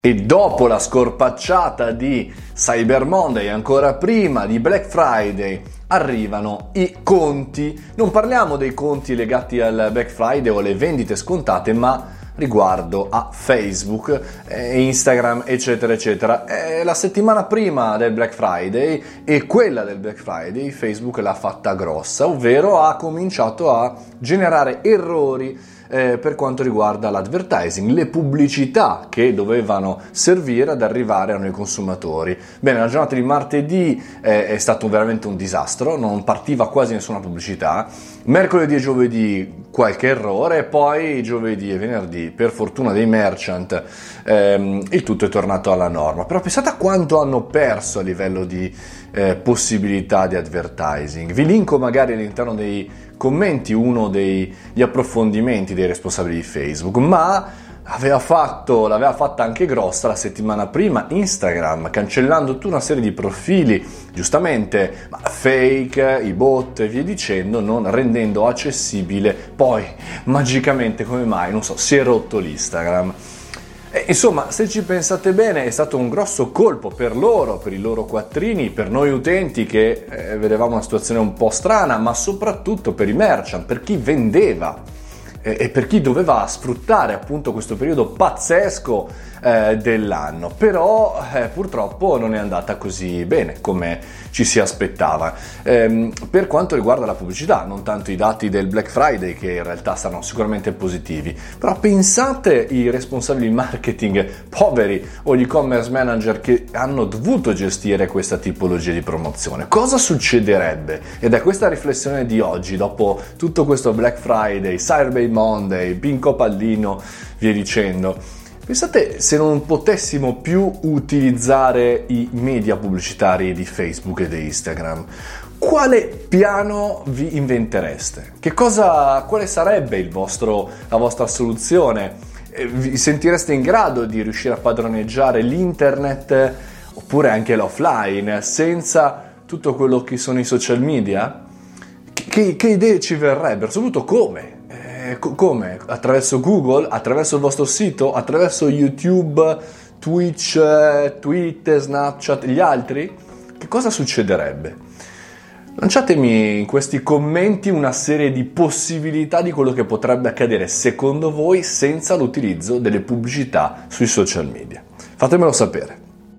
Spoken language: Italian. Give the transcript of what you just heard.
E dopo la scorpacciata di Cyber Monday, ancora prima di Black Friday, arrivano i conti. Non parliamo dei conti legati al Black Friday o alle vendite scontate, ma riguardo a Facebook, Instagram, eccetera, eccetera. La settimana prima del Black Friday e quella del Black Friday, Facebook l'ha fatta grossa, ovvero ha cominciato a generare errori per quanto riguarda l'advertising, le pubblicità che dovevano servire ad arrivare a noi consumatori. Bene, la giornata di martedì è stato veramente un disastro, non partiva quasi nessuna pubblicità. Mercoledì e giovedì qualche errore, poi giovedì e venerdì, per fortuna dei merchant, il tutto è tornato alla norma. Però pensate a quanto hanno perso a livello di possibilità di advertising. Vi linko magari all'interno dei commenti uno degli approfondimenti dei responsabili di Facebook, ma l'aveva fatta anche grossa la settimana prima Instagram, cancellando tutta una serie di profili, giustamente, ma fake, i bot e via dicendo, non rendendo accessibile. Poi, magicamente, come mai, non so, si è rotto l'Instagram. Insomma, se ci pensate bene, è stato un grosso colpo per loro, per i loro quattrini, per noi utenti che vedevamo una situazione un po' strana, ma soprattutto per i merchant, per chi vendeva e per chi doveva sfruttare appunto questo periodo pazzesco dell'anno. Però purtroppo non è andata così bene come ci si aspettava. Per quanto riguarda la pubblicità, non tanto i dati del Black Friday, che in realtà saranno sicuramente positivi, però pensate i responsabili marketing poveri o gli e-commerce manager che hanno dovuto gestire questa tipologia di promozione. Cosa succederebbe? Ed è questa riflessione di oggi, dopo tutto questo Black Friday, Cyber Monday, Pinco Pallino, via dicendo. Pensate se non potessimo più utilizzare i media pubblicitari di Facebook e di Instagram. Quale piano vi inventereste? Quale sarebbe la vostra soluzione? Vi sentireste in grado di riuscire a padroneggiare l'internet oppure anche l'offline senza tutto quello che sono i social media? Che idee ci verrebbero? Soprattutto come? Come? Attraverso Google? Attraverso il vostro sito? Attraverso YouTube, Twitch, Twitter, Snapchat, gli altri? Che cosa succederebbe? Lanciatemi in questi commenti una serie di possibilità di quello che potrebbe accadere secondo voi senza l'utilizzo delle pubblicità sui social media. Fatemelo sapere.